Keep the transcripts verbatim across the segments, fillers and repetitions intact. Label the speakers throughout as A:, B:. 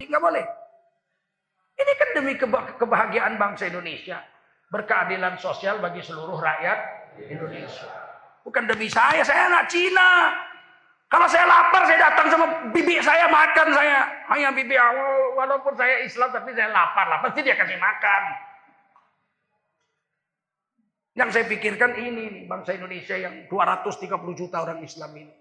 A: Nggak boleh. Ini kan demi kebahagiaan bangsa Indonesia. Berkeadilan sosial bagi seluruh rakyat Indonesia. Bukan demi saya, saya anak Cina. Kalau saya lapar, saya datang sama bibi saya, makan saya. Hanya bibi awal, walaupun saya Islam, tapi saya lapar lah. Pasti dia kasih makan. Yang saya pikirkan ini, bangsa Indonesia yang dua ratus tiga puluh juta orang Islam ini.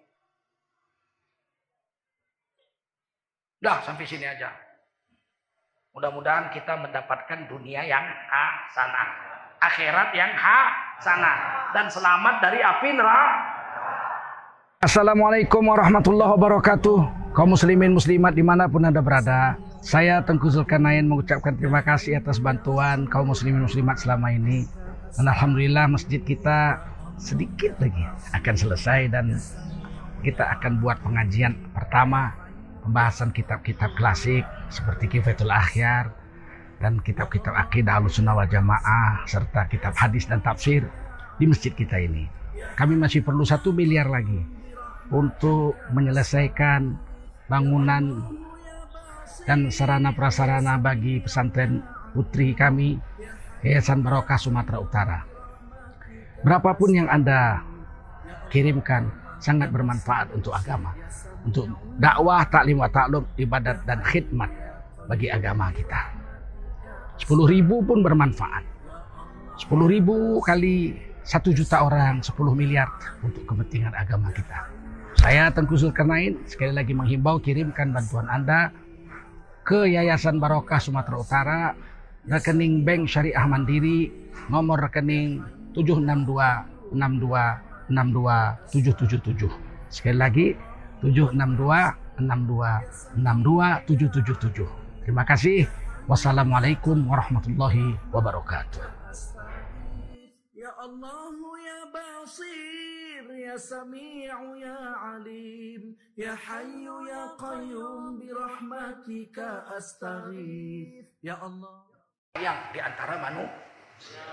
A: Dah, sampai sini aja. Mudah-mudahan kita mendapatkan dunia yang hasanah, akhirat yang hasanah, dan selamat dari api neraka. Assalamualaikum warahmatullahi wabarakatuh. Kaum muslimin muslimat dimanapun Anda berada, saya Tengku Zulkarnain mengucapkan terima kasih atas bantuan kaum muslimin muslimat selama ini. Dan alhamdulillah masjid kita sedikit lagi akan selesai dan kita akan buat pengajian pertama, pembahasan kitab-kitab klasik seperti Kifayatul Akhyar dan kitab-kitab akidah Ahlussunnah wal Jamaah serta kitab hadis dan tafsir di masjid kita ini. Kami masih perlu satu miliar lagi untuk menyelesaikan bangunan dan sarana prasarana bagi pesantren putri kami Yayasan Barokah Sumatera Utara. Berapapun yang Anda kirimkan sangat bermanfaat untuk agama, untuk dakwah, taklim wa taklum, ibadat dan khidmat bagi agama kita. Sepuluh ribu pun bermanfaat. Sepuluh ribu kali satu juta orang, sepuluh miliar untuk kepentingan agama kita. Saya Tengku Zulkarnain sekali lagi menghimbau, kirimkan bantuan Anda ke Yayasan Barokah Sumatera Utara, rekening Bank Syariah Mandiri, nomor rekening tujuh enam dua enam dua enam dua tujuh tujuh tujuh. Sekali lagi tujuh enam dua enam dua enam dua tujuh tujuh tujuh. Terima kasih. Wassalamualaikum warahmatullahi wabarakatuh. Ya Allah ya Basir ya Sami'u ya Alim ya Hayyu ya Qayyum bi rahmatika astaghith. Ya Allah. Yang di antara manusia.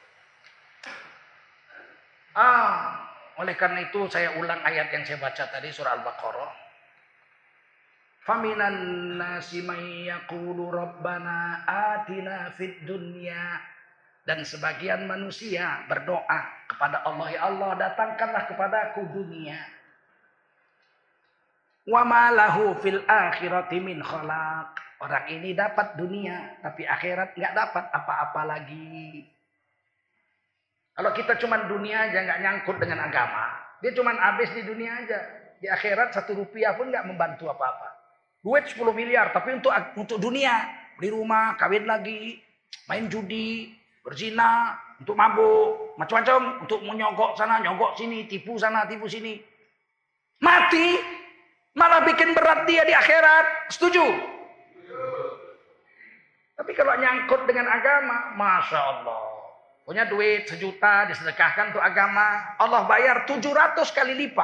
A: Ah, oleh karena itu saya ulang ayat yang saya baca tadi, surah Al-Baqarah. Faminan nasi may yaqulu rabbana atina fid dunya. Dan sebagian manusia berdoa kepada Allah, ya Allah datangkanlah kepadaku dunia. Wa ma lahu fil akhirati min khalaq. Orang ini dapat dunia, tapi akhirat nggak dapat apa-apa lagi. Kalau kita cuma dunia aja, nggak nyangkut dengan agama, dia cuma habis di dunia aja. Di akhirat satu rupiah pun nggak membantu apa-apa. Duit sepuluh miliar, tapi untuk untuk dunia, beli rumah, kawin lagi, main judi, berzina, untuk mabuk, macam-macam, untuk menyogok sana, nyogok sini, tipu sana, tipu sini. Mati, malah bikin berat dia di akhirat. Setuju? Tapi kalau nyangkut dengan agama, Masya Allah. Punya duit sejuta disedekahkan untuk agama, Allah bayar tujuh ratus kali lipat.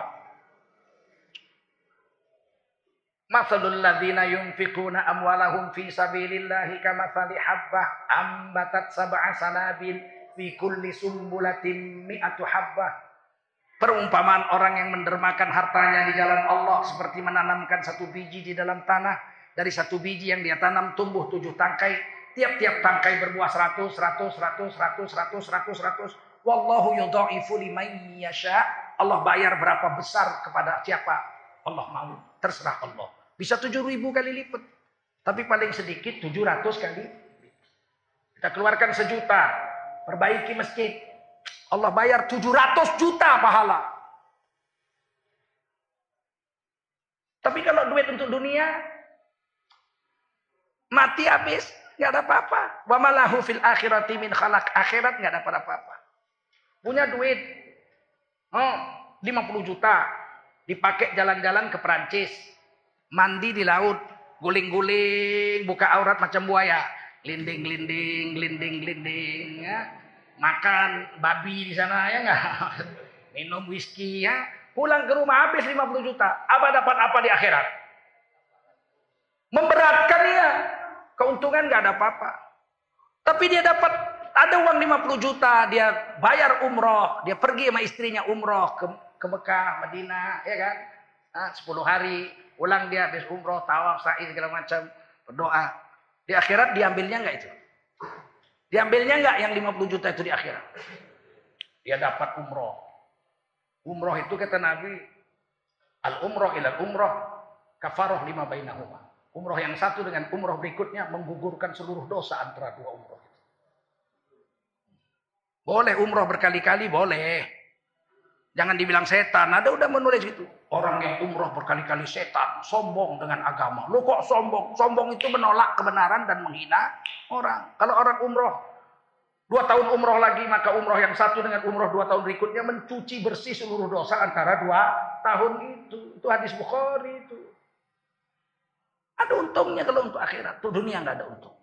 A: Matsalul ladzina yunfiquna amwalahum fi sabilillahi kamatsali habbah ambatat sab'a sanabil fi kulli sumbulatin mi'atu habbah. Perumpamaan orang yang mendermakan hartanya di jalan Allah seperti menanamkan satu biji di dalam tanah. Dari satu biji yang dia tanam tumbuh tujuh tangkai. Tiap-tiap tangkai berbuah seratus, seratus, seratus, seratus, seratus, seratus, seratus. Wallahu yudha'ifu liman yasha. Allah bayar berapa besar kepada siapa Allah mau. Terserah Allah. Bisa tujuh ribu kali lipat. Tapi paling sedikit tujuh ratus kali. Kita keluarkan sejuta. Perbaiki masjid. Allah bayar tujuh ratus juta pahala. Tapi kalau duit untuk dunia, mati habis, nggak ada apa-apa. Wa malahu fil akhirati min khalaq. Akhirat nggak dapat apa-apa. Punya duit, oh, lima puluh juta, dipakai jalan-jalan ke Perancis, mandi di laut, guling-guling, buka aurat macam buaya, glinding, glinding, glinding, glinding, ya. Makan babi di sana ya nggak, minum whisky ya, pulang ke rumah habis lima puluh juta. Apa dapat apa di akhirat? Memberatkan ya. Keuntungan nggak ada apa-apa. Tapi dia dapat, ada uang lima puluh juta, dia bayar umroh, dia pergi sama istrinya umroh ke, ke Mekah, Madinah, ya kan? Nah, sepuluh hari, ulang dia habis umroh, tawaf, sa'i segala macam. Berdoa. Di akhirat diambilnya enggak itu? Diambilnya enggak yang lima puluh juta itu di akhirat? Dia dapat umroh. Umroh itu kata Nabi, al-umroh ilal umroh kafaroh lima bainahuma. Umroh yang satu dengan umroh berikutnya menggugurkan seluruh dosa antara dua umroh itu. Boleh umroh berkali-kali, boleh. Jangan dibilang setan. Ada udah menulis itu. Orang yang umroh berkali-kali setan, sombong dengan agama. Lu kok sombong? Sombong itu menolak kebenaran dan menghina orang. Kalau orang umroh dua tahun umroh lagi, maka umroh yang satu dengan umroh dua tahun berikutnya mencuci bersih seluruh dosa antara dua tahun itu. Itu hadis Bukhari itu. Ada untungnya kalau untuk akhirat. Untuk dunia nggak ada untung.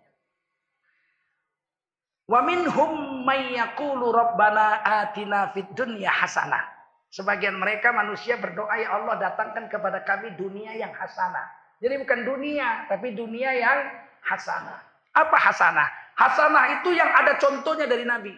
A: Wa minhum may yaqulu rabbana atina fid dunya hasanah. Sebagian mereka manusia berdoa, ya Allah datangkan kepada kami dunia yang hasanah. Jadi bukan dunia, tapi dunia yang hasanah. Apa hasanah? Hasanah itu yang ada contohnya dari Nabi.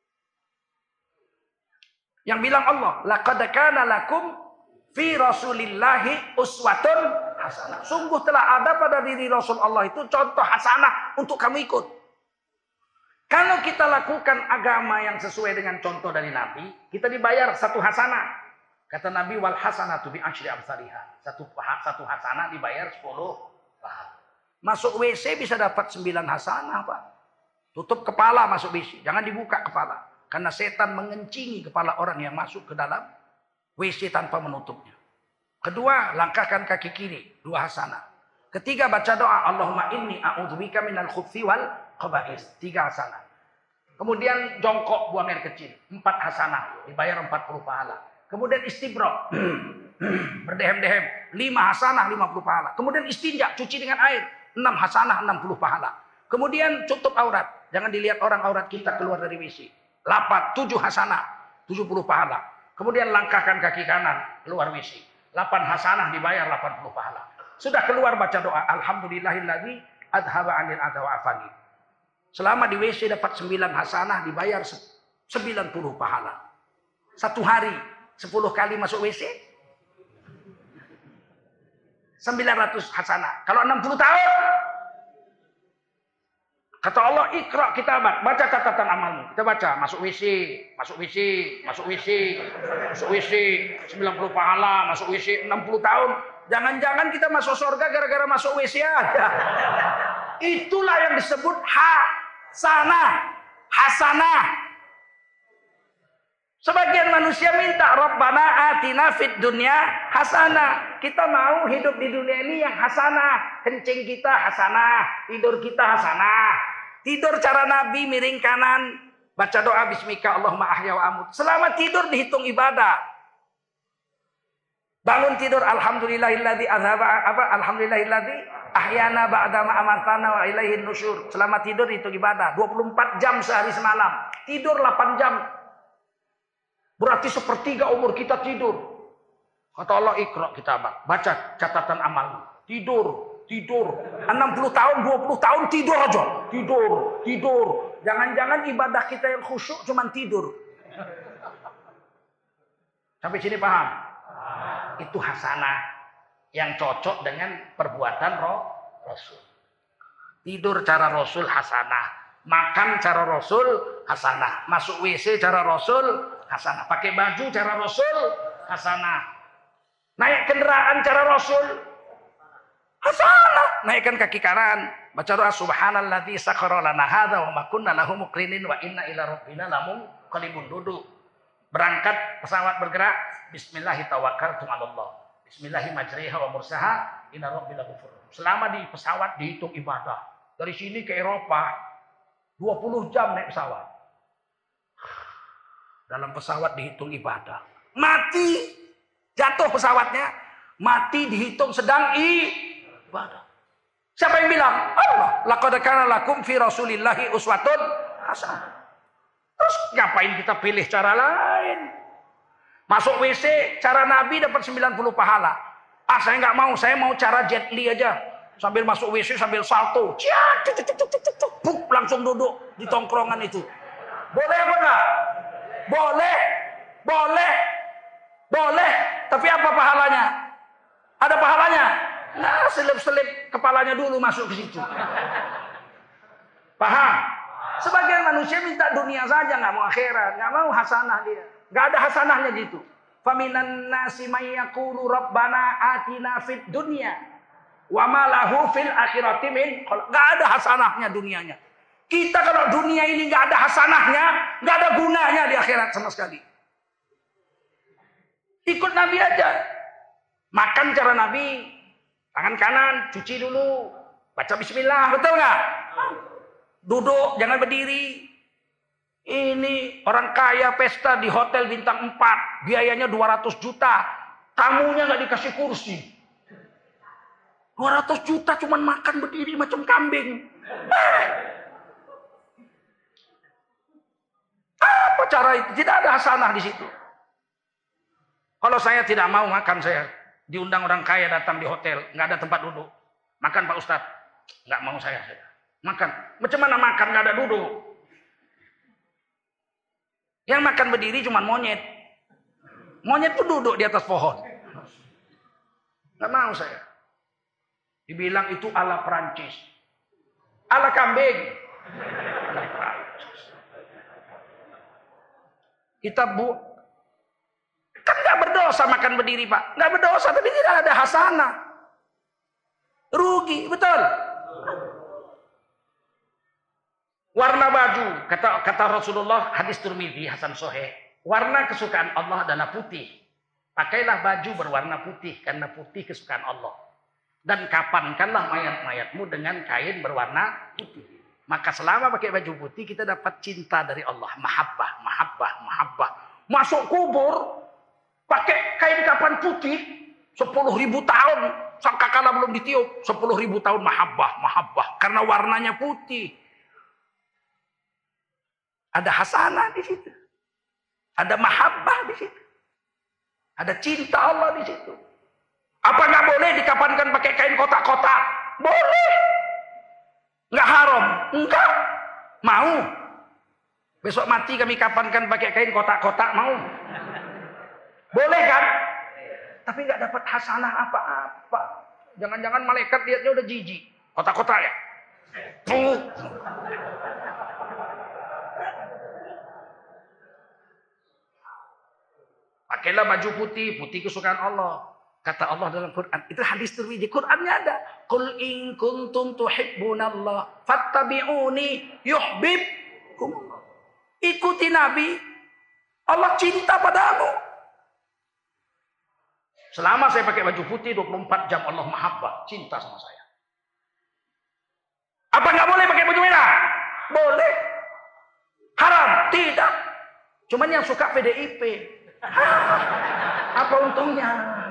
A: Yang bilang Allah, laqad kana lakum fi rasulillahi uswatun hasanah. Sungguh telah ada pada diri Rasul Allah itu contoh hasanah untuk kamu ikut. Kalau kita lakukan agama yang sesuai dengan contoh dari Nabi, kita dibayar satu hasanah. Kata Nabi, wal hasanatu bi asyri amsalihha. Satu satu hasanah dibayar sepuluh pahala. Masuk W C bisa dapat sembilan hasanah, Pak. Tutup kepala masuk W C, jangan dibuka kepala. Karena setan mengencingi kepala orang yang masuk ke dalam W C tanpa menutupnya. Kedua, langkahkan kaki kiri, dua hasanah. Ketiga, baca doa, Allahumma inni a'udzubika minal khubuthi wal khaba'is, tiga hasanah. Kemudian jongkok buang air kecil, empat hasanah, dibayar empat puluh pahala. Kemudian istibrak, berdehem-dehem, lima hasanah, lima puluh pahala. Kemudian istinja, cuci dengan air, enam hasanah, enam puluh pahala. Kemudian tutup aurat, jangan dilihat orang aurat kita keluar dari W C. Lapat, tujuh hasanah, tujuh puluh pahala. Kemudian langkahkan kaki kanan, keluar W C. Delapan hasanah dibayar delapan puluh pahala. Sudah keluar baca doa, alhamdulillahilladzi adhaba 'anil adha wa afani. Selama di W C dapat sembilan hasanah dibayar sembilan puluh pahala. Satu hari sepuluh kali masuk W C sembilan ratus hasanah. Kalau enam puluh tahun kata Allah, ikra kitabat, baca catatan amalmu. Kita baca, masuk W C, masuk W C, masuk W C, masuk W C, sembilan puluh pahala, masuk W C enam puluh tahun. Jangan-jangan kita masuk surga gara-gara masuk W C aja. Itulah yang disebut hasanah, hasanah. Sebagian manusia minta Rabbana atina fid dunya hasanah. Kita mau hidup di dunia ini yang hasanah. Kencing kita hasanah, tidur kita hasanah. Tidur cara Nabi miring kanan, baca doa bismika Allahumma ahya wa amut. Selama tidur dihitung ibadah. Bangun tidur alhamdulillahilladzi azhaba apa alhamdulillahilladzi ahyana ba'da ma amatana wa ilaihin nusyur. Selama tidur dihitung ibadah. dua puluh empat jam sehari semalam. Tidur delapan jam. Berarti sepertiga umur kita tidur. Kata Allah, ikra kitabat, baca catatan amalmu. Tidur, tidur. enam puluh tahun, dua puluh tahun tidur aja. Tidur, tidur. Jangan-jangan ibadah kita yang khusyuk cuma tidur. Sampai sini paham? Itu hasanah yang cocok dengan perbuatan roh Rasul. Tidur cara Rasul hasanah. Makan cara Rasul hasanah. Masuk W C cara Rasul hasanah. Pakai baju cara Rasul hasanah. Naik kendaraan cara Rasul hasanah. Naikkan kaki kanan, baca doa subhanalladzi sakhkhara lana hadza wa ma kunna lahu muqrinin wa inna ila rabbina lamunqalibun. Duduk. Berangkat pesawat bergerak, bismillahi tawakkaltu 'alallah. Bismillahi majriha wa mursaha inna rabbina ghafur. Selama di pesawat dihitung ibadah. Dari sini ke Eropa dua puluh jam naik pesawat. Dalam pesawat dihitung ibadah. Mati, jatuh pesawatnya, mati dihitung sedang ibadah. Siapa yang bilang? Allah. Laqad kana lakum fi rasulillahi uswatun hasanah. Terus ngapain kita pilih cara lain? Masuk W C cara Nabi dapat sembilan puluh pahala. Ah, saya nggak mau, saya mau cara Jet Li aja. Sambil masuk W C sambil salto. Ciat, cuk, cuk, cuk, cuk, cuk, buk, langsung duduk di tongkrongan itu. Boleh apa enggak? Boleh. Boleh. Boleh. Tapi apa pahalanya? Ada pahalanya? Nah, selip-selip kepalanya dulu masuk ke situ. Paham? Sebagian manusia minta dunia saja, nggak mau akhirat, nggak mau hasanah dia. Nggak ada hasanahnya gitu. Faminan nasi may yaqulu rabbana atina fid dunya wa ma lahu fil akhirati min. Nggak ada hasanahnya dunianya. Kita kalau dunia ini nggak ada hasanahnya, nggak ada gunanya di akhirat sama sekali. Ikut Nabi aja. Makan cara Nabi, tangan kanan cuci dulu, baca bismillah, betul nggak? Duduk, jangan berdiri. Ini orang kaya pesta di hotel bintang empat, biayanya dua ratus juta. Tamunya nggak dikasih kursi. dua ratus juta cuman makan berdiri macam kambing. Eh. Apa cara itu? Tidak ada hasanah di situ. Kalau saya tidak mau makan, saya diundang orang kaya datang di hotel, nggak ada tempat duduk. Makan Pak Ustadz, nggak mau saya. saya. Makan. Macam mana makan nggak ada duduk? Yang makan berdiri cuma monyet. Monyet tuh duduk di atas pohon. Nggak mau saya. Dibilang itu ala Perancis. Ala kambing. Ala Perancis. Kita bu, kan nggak berdosa makan berdiri Pak. Nggak berdosa tapi tidak ada hasanah. Rugi, betul. Warna baju, kata kata Rasulullah, hadis Tirmidzi Hasan Sahih. Warna kesukaan Allah adalah putih. Pakailah baju berwarna putih karena putih kesukaan Allah. Dan kapankanlah mayat-mayatmu dengan kain berwarna putih. Maka selama pakai baju putih kita dapat cinta dari Allah, mahabbah, mahabbah, mahabbah. Masuk kubur pakai kain kapan putih sepuluh ribu tahun sangkakala belum ditiup, sepuluh ribu tahun mahabbah, mahabbah karena warnanya putih. Ada hasanah di situ. Ada mahabbah di situ. Ada cinta Allah di situ. Apa nggak boleh dikapankan pakai kain kotak-kotak? Boleh. Nggak haram? Enggak. Mau. Besok mati kami kapankan pakai kain kotak-kotak, mau? Boleh kan? Tapi nggak dapat hasanah apa-apa. Jangan-jangan malaikat lihatnya udah jijik. Kotak-kotak ya. Puh. Pakailah baju putih, putih kesukaan Allah. Kata Allah dalam Quran, itu hadis Tirmidzi, Qurannya ada. Qul in kuntum tuhibbunallah fattabi'uni yuhibbukumullah. Ikuti Nabi, Allah cinta padamu. Selama saya pakai baju putih dua puluh empat jam, Allah mahabbah, cinta sama saya. Apa nggak boleh pakai baju merah? Boleh. Haram? Tidak. Cuman yang suka P D I P. Apa untungnya?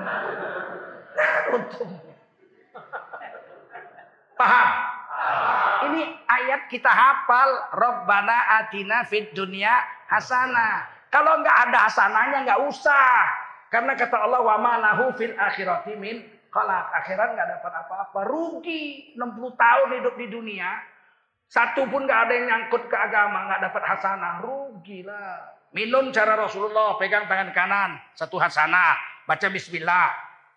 A: Untungnya. Paham? Ini ayat kita hafal. Rabbana atina fid dunya hasanah. Kalau nggak ada hasanahnya nggak usah. Karena kata Allah wa ma lahu fil akhirati min khalaq. Akhirat nggak dapat apa-apa. Rugi enam puluh tahun hidup di dunia. Satu pun nggak ada yang nyangkut ke agama, nggak dapat hasanah. Rugilah. Minum cara Rasulullah, pegang tangan kanan, satu hasanah, baca bismillah.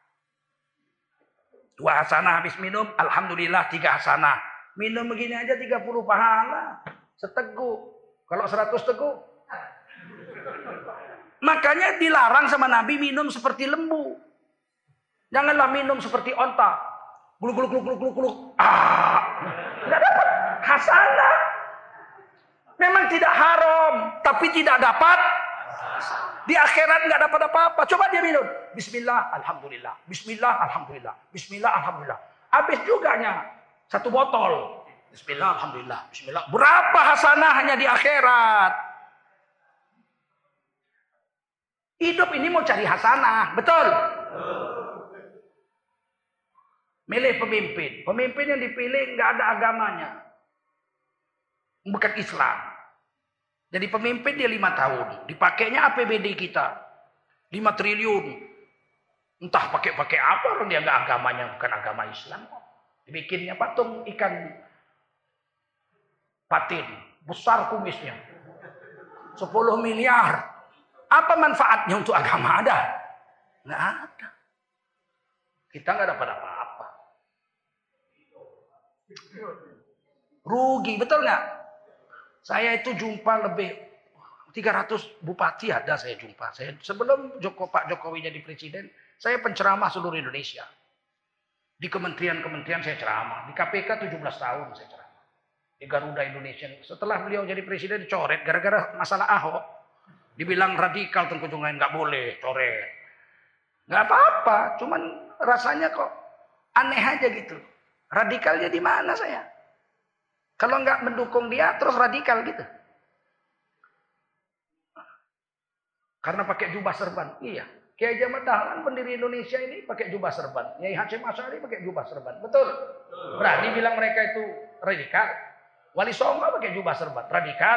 A: Dua hasanah habis minum, alhamdulillah tiga hasanah. Minum begini aja tiga puluh pahala. Seteguk. Kalau seratus teguk. Makanya dilarang sama Nabi minum seperti lembu. Janganlah minum seperti onta. Gluk gluk gluk gluk gluk gluk. Ah. Enggak dapat hasanah. Memang tidak haram, tapi tidak dapat. Di akhirat nggak dapat apa-apa. Coba dia minum. Bismillah, alhamdulillah. Bismillah, alhamdulillah. Bismillah, alhamdulillah. Habis juganya satu botol. Bismillah, alhamdulillah. Bismillah. Berapa hasanahnya di akhirat? Hidup ini mau cari hasanah, betul? Milih pemimpin. Pemimpin yang dipilih nggak ada agamanya. Bukan Islam. Jadi pemimpin dia lima tahun. Dipakainya A P B D kita. lima triliun. Entah pakai-pakai apa. Orang dia nggak agamanya. Bukan agama Islam. Dibikinnya patung ikan patin. Besar kumisnya. sepuluh miliar. Apa manfaatnya untuk agama? Ada? Nggak ada. Kita nggak dapat apa-apa. Rugi, betul nggak? Saya itu jumpa lebih tiga ratus bupati ada saya jumpa. Saya sebelum Joko, Pak Jokowi jadi presiden, saya penceramah seluruh Indonesia. Di kementerian-kementerian saya ceramah. Di K P K tujuh belas tahun saya ceramah. Di Garuda Indonesia. Setelah beliau jadi presiden dicoret gara-gara masalah Ahok. Dibilang radikal Tengku Jungain, nggak boleh coret. Nggak apa-apa, cuman rasanya kok aneh aja gitu. Radikalnya di mana saya? Kalau nggak mendukung dia terus radikal gitu. Karena pakai jubah serban. Iya. Kiai Jamal Dahlan pendiri Indonesia ini pakai jubah serban. Kiai Hasyim Asy'ari pakai jubah serban. Betul. Berani bilang mereka itu radikal. Wali Songo pakai jubah serban. Radikal.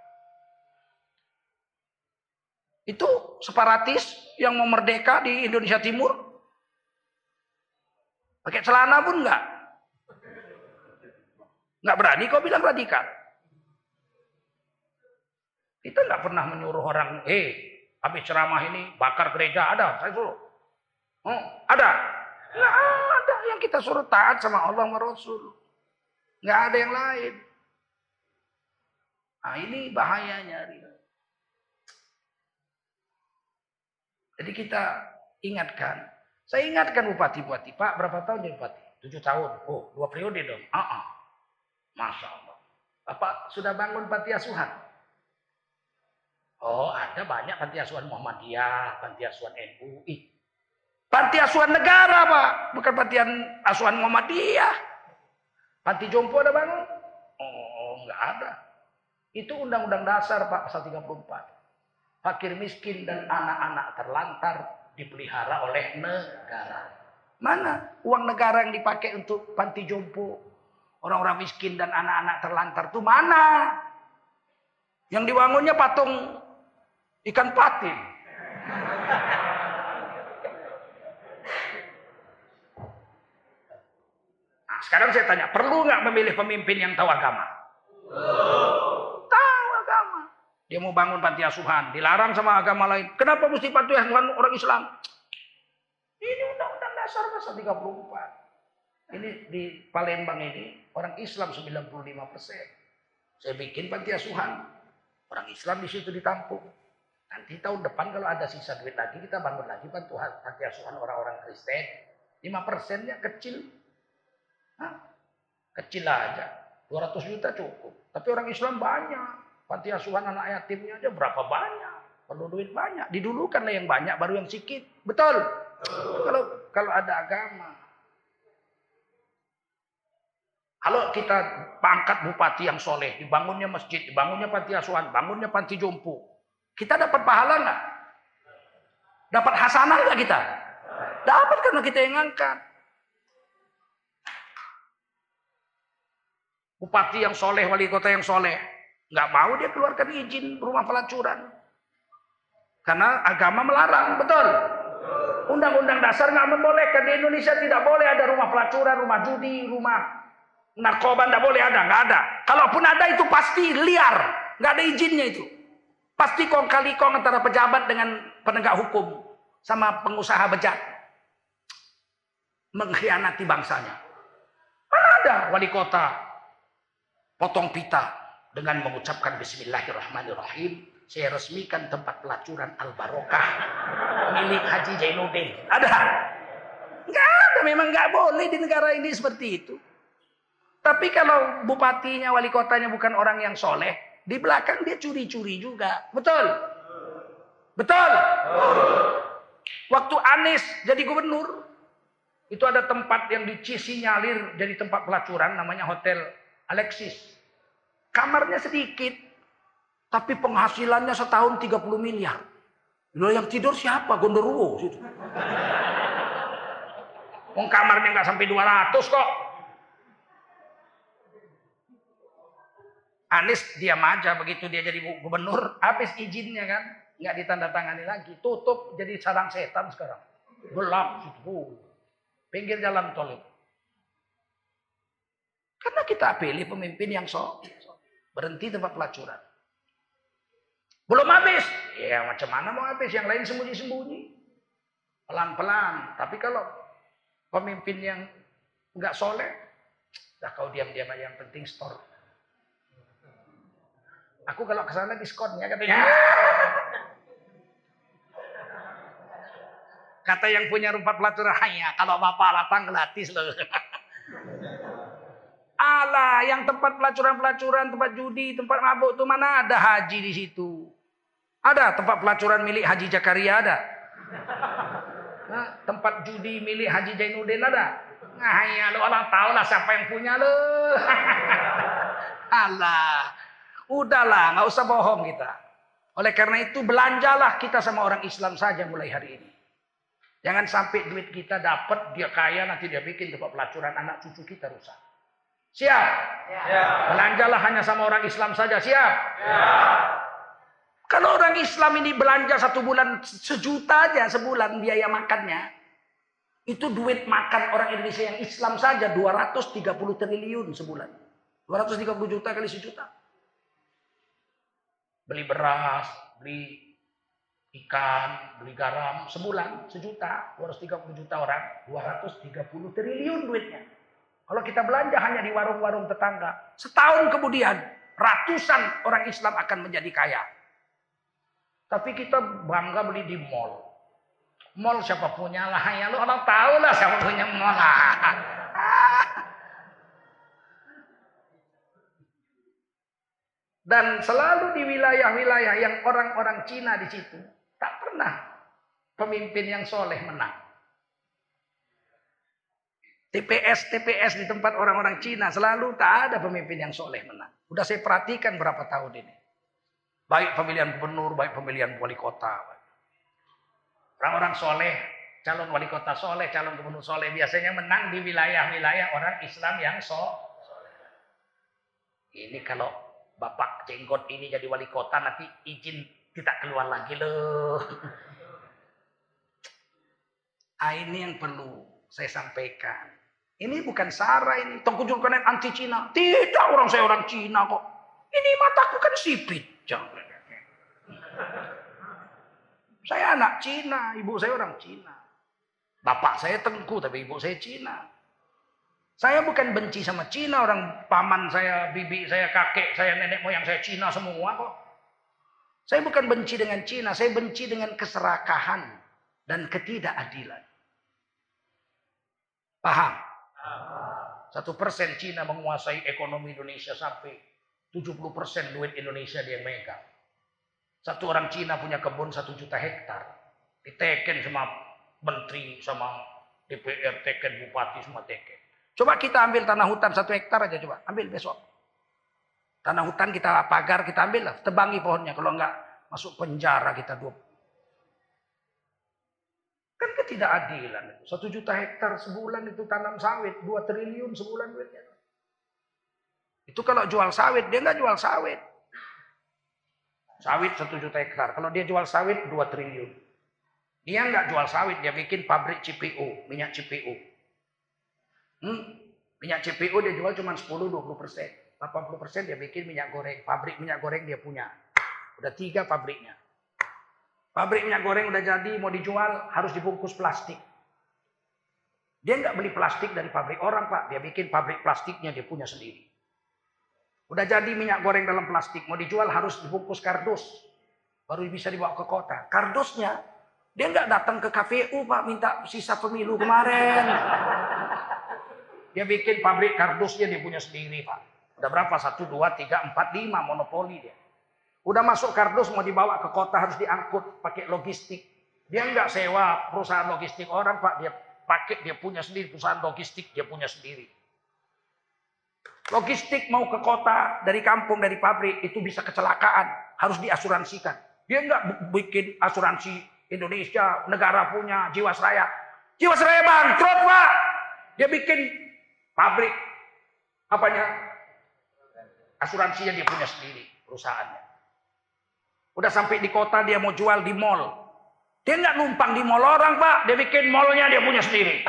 A: Itu separatis yang mau merdeka di Indonesia Timur. Pakai celana pun enggak. Nggak berani kau bilang radikal. Kita nggak pernah menyuruh orang, eh, habis ceramah ini bakar gereja, ada, saya suruh. Oh, ada? Nggak ada. Yang kita suruh taat sama Allah sama Rasul. Nggak ada yang lain. Nah ini bahayanya. Jadi kita ingatkan. Saya ingatkan bupati-bupati, Pak berapa tahun jadi bupati? Tujuh tahun. Oh, dua periode dong. Ah, ah. Masya Allah. Bapak sudah bangun panti asuhan? Oh, ada banyak panti asuhan Muhammadiyah, panti asuhan N U I. Panti asuhan negara, Pak. Bukan panti asuhan Muhammadiyah. Panti jompo ada bangun? Oh, enggak ada. Itu undang-undang dasar, Pak, pasal tiga puluh empat. Fakir miskin dan anak-anak terlantar dipelihara oleh negara. Mana uang negara yang dipakai untuk panti jompo? Orang-orang miskin dan anak-anak terlantar itu mana? Yang dibangunnya patung ikan patin. Nah, sekarang saya tanya, perlu nggak memilih pemimpin yang tahu agama? Tahu agama. Dia mau bangun panti asuhan, dilarang sama agama lain. Kenapa mesti panti asuhan orang Islam? Ini undang-undang dasar pasal tiga puluh empat. Ini di Palembang ini orang Islam sembilan puluh lima persen. Saya bikin panti asuhan. Orang Islam di situ ditampung. Nanti tahun depan kalau ada sisa duit lagi kita bangun lagi panti asuhan orang-orang Kristen. lima persennya kecil. Hah? Kecil aja. dua ratus juta cukup. Tapi orang Islam banyak. Panti asuhan anak yatimnya aja berapa banyak. Perlu duit banyak. Didulukanlah yang banyak baru yang sedikit. Betul? Kalau kalau ada agama. Kalau kita pangkat bupati yang soleh, dibangunnya masjid, dibangunnya panti asuhan, bangunnya panti jompo, kita dapat pahala nggak? Dapat hasanah nggak kita? Dapat karena kita yang ngangkat. Bupati yang soleh, wali kota yang soleh, nggak mau dia keluarkan izin rumah pelacuran, karena agama melarang, betul? Undang-undang dasar nggak membolehkan. Di Indonesia tidak boleh ada rumah pelacuran, rumah judi, rumah narkoba, nggak boleh ada, nggak ada. Kalaupun ada itu pasti liar, nggak ada izinnya itu. Pasti kong kali kong antara pejabat dengan penegak hukum sama pengusaha bejat mengkhianati bangsanya. Mana ada wali kota potong pita dengan mengucapkan Bismillahirrahmanirrahim, saya resmikan tempat pelacuran Al Barokah milik Haji Zainuddin. Ada? Nggak ada, memang nggak boleh di negara ini seperti itu. Tapi kalau bupatinya, wali kotanya bukan orang yang soleh, di belakang dia curi-curi juga. Betul? Betul? Waktu Anies jadi gubernur, itu ada tempat yang disinyalir jadi tempat pelacuran, namanya Hotel Alexis. Kamarnya sedikit, tapi penghasilannya setahun tiga puluh miliar. Loh, yang tidur siapa? Gondoruo situ. Wong kamarnya nggak sampai dua ratus kok. Anies diam aja, begitu dia jadi gubernur, habis izinnya kan, nggak ditandatangani lagi, tutup jadi sarang setan sekarang, gelap situ, pinggir jalan tol itu. Karena kita pilih pemimpin yang sok, berhenti tempat pelacuran. Belum habis, ya macam mana mau habis? Yang lain sembunyi-sembunyi, pelan-pelan. Tapi kalau pemimpin yang nggak soleh, Dah kau diam-diam aja, yang penting store. Aku kalau ke sana diskonnya katanya. Kata yang punya rumah pelacuran, hanya kalau bapak datang gratis loh. Alah, yang tempat pelacuran-pelacuran, tempat judi, tempat mabuk itu mana ada haji di situ? Ada tempat pelacuran milik Haji Jakaria ada. Nah, tempat judi milik Haji Jainuddin ada. Nah, ya lo orang tahu lah siapa yang punya lo. Alah, udahlah, nggak usah bohong kita. Oleh karena itu belanjalah kita sama orang Islam saja mulai hari ini. Jangan sampai duit kita dapat dia kaya nanti dia bikin tempat pelacuran anak cucu kita rusak. Siap? Ya. Belanjalah hanya sama orang Islam saja. Siap? Ya. Kalau orang Islam ini belanja satu bulan sejuta aja sebulan biaya makannya. Itu duit makan orang Indonesia yang Islam saja dua ratus tiga puluh triliun sebulan. dua ratus tiga puluh juta kali sejuta. Beli beras, beli ikan, beli garam sebulan sejuta, dua ratus tiga puluh juta orang, dua ratus tiga puluh triliun duitnya. Kalau kita belanja hanya di warung-warung tetangga, setahun kemudian ratusan orang Islam akan menjadi kaya. Tapi kita bangga beli di mall. Mall siapa punya lah, ya lu orang tahu lah siapa punya mall lah. Dan selalu di wilayah-wilayah yang orang-orang Cina di situ, tak pernah pemimpin yang soleh menang. T P S T P S di tempat orang-orang Cina selalu tak ada pemimpin yang soleh menang. Udah saya perhatikan berapa tahun ini. Baik pemilihan gubernur, baik pemilihan wali kota. Orang-orang soleh, calon wali kota soleh, calon gubernur soleh biasanya menang di wilayah-wilayah orang Islam yang soleh. Ini kalau Bapak Jenggot ini jadi wali kota nanti izin tidak keluar lagi loh. Ah, ini yang perlu saya sampaikan. Ini bukan sara ini. Tengku Zulkarnain anti Cina. Tidak, orang saya orang Cina kok. Ini mataku kan sipit. Jangan. Saya anak Cina, ibu saya orang Cina. Bapak saya Tengku, tapi ibu saya Cina. Saya bukan benci sama Cina, orang paman saya, bibi saya, kakek saya, nenek moyang saya Cina semua kok. Saya bukan benci dengan Cina, saya benci dengan keserakahan dan ketidakadilan. Paham? Satu persen Cina menguasai ekonomi Indonesia sampai tujuh puluh persen duit Indonesia dia yang megang. Satu orang Cina punya kebun satu juta hektar. Diteken sama menteri, sama D P R, teken bupati, semua teken. Coba kita ambil tanah hutan satu hektar aja coba. Ambil besok. Tanah hutan kita pagar, kita ambil lah. Tebangi pohonnya. Kalau enggak masuk penjara kita dua. Kan ketidakadilan. Satu juta hektar sebulan itu tanam sawit. Dua triliun sebulan duitnya. Itu kalau jual sawit. Dia enggak jual sawit. Sawit satu juta hektar. Kalau dia jual sawit dua triliun. Dia enggak jual sawit. Dia bikin pabrik C P O. Minyak C P O. Hmm, minyak C P O dia jual cuma sepuluh sampai dua puluh persen. delapan puluh persen dia bikin minyak goreng. Pabrik minyak goreng dia punya. Udah tiga pabriknya. Pabrik minyak goreng udah jadi, mau dijual harus dibungkus plastik. Dia nggak beli plastik dari pabrik orang, Pak. Dia bikin pabrik plastiknya, dia punya sendiri. Udah jadi minyak goreng dalam plastik, mau dijual harus dibungkus kardus. Baru bisa dibawa ke kota. Kardusnya, dia nggak datang ke K P U, Pak, minta sisa pemilu kemarin. Dia bikin pabrik kardusnya, dia punya sendiri, Pak. Udah berapa? Satu, dua, tiga, empat, lima, monopoli dia. Udah masuk kardus mau dibawa ke kota harus diangkut pakai logistik. Dia nggak sewa perusahaan logistik orang, Pak. Dia pakai, dia punya sendiri perusahaan logistik, dia punya sendiri. Logistik mau ke kota dari kampung, dari pabrik itu bisa kecelakaan, harus diasuransikan. Dia nggak bikin asuransi Indonesia, negara punya, Jiwasraya. Jiwasraya bangkrut, Pak. Dia bikin pabrik apanya? Asuransinya dia punya sendiri perusahaannya. Udah sampai di kota dia mau jual di mall. Dia nggak numpang di mall orang, Pak. Dia bikin mallnya dia punya sendiri.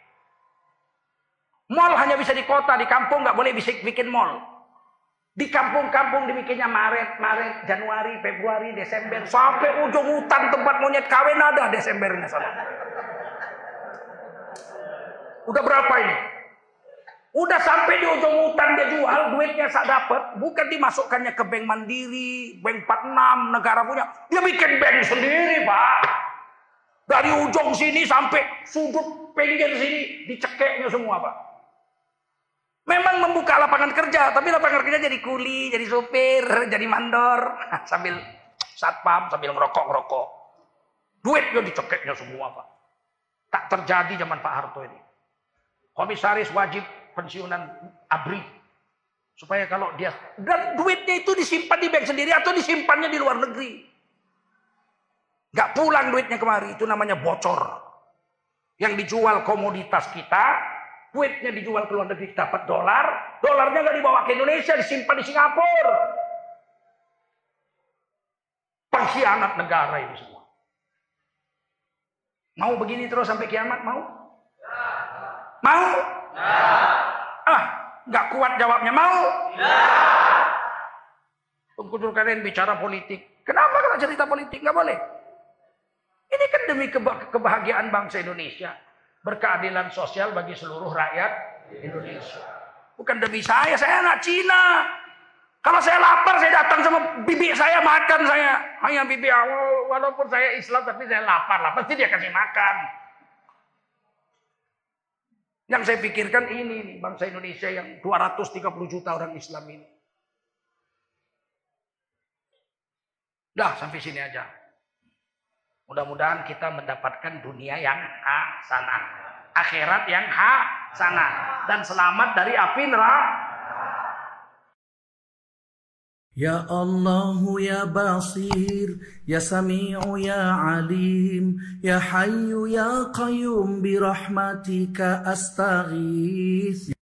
A: Mall hanya bisa di kota, di kampung nggak boleh bisa bikin mall. Di kampung-kampung dibikinnya Maret, Maret, Januari, Februari, Desember. Sampai ujung hutan tempat monyet kawin ada Desembernya sana. Udah berapa ini? Udah sampai di ujung hutan dia jual, duitnya sak dapat, bukan dimasukkannya ke bank Mandiri, bank empat puluh enam negara punya. Dia bikin bank sendiri, Pak. Dari ujung sini sampai sudut pinggir sini dicekeknya semua, Pak. Memang membuka lapangan kerja, tapi lapangan kerja jadi kuli, jadi sopir, jadi mandor, sambil satpam, sambil ngerokok-ngerokok. Duitnya dicekeknya semua, Pak. Tak terjadi zaman Pak Harto ini. Komisaris wajib pensiunan ABRI. Supaya kalau dia, dan duitnya itu disimpan di bank sendiri atau disimpannya di luar negeri. Gak pulang duitnya kemari, itu namanya bocor. Yang dijual komoditas kita, duitnya dijual ke luar negeri, dapat dolar, dolarnya gak dibawa ke Indonesia, disimpan di Singapura. Pengkhianat negara ini semua. Mau begini terus sampai kiamat, mau? Mau? Ah, nggak kuat jawabnya, mau? Tengku kalian bicara politik. Kenapa kalau cerita politik nggak boleh? Ini kan demi kebahagiaan bangsa Indonesia, berkeadilan sosial bagi seluruh rakyat Indonesia. Bukan demi saya, saya anak Cina. Kalau saya lapar, saya datang sama bibi saya, makan saya. Hanya bibi awal, walaupun saya Islam tapi saya lapar lah, pasti dia kasih makan. Yang saya pikirkan ini nih, bangsa Indonesia yang dua ratus tiga puluh juta orang Islam ini. Dah sampai sini aja. Mudah-mudahan kita mendapatkan dunia yang hasanah, akhirat yang hasanah, dan selamat dari api neraka.
B: Ya Allah ya Basir, ya Sami'u ya Alim, ya Hayyu ya Qayyum bi rahmatika astaghith.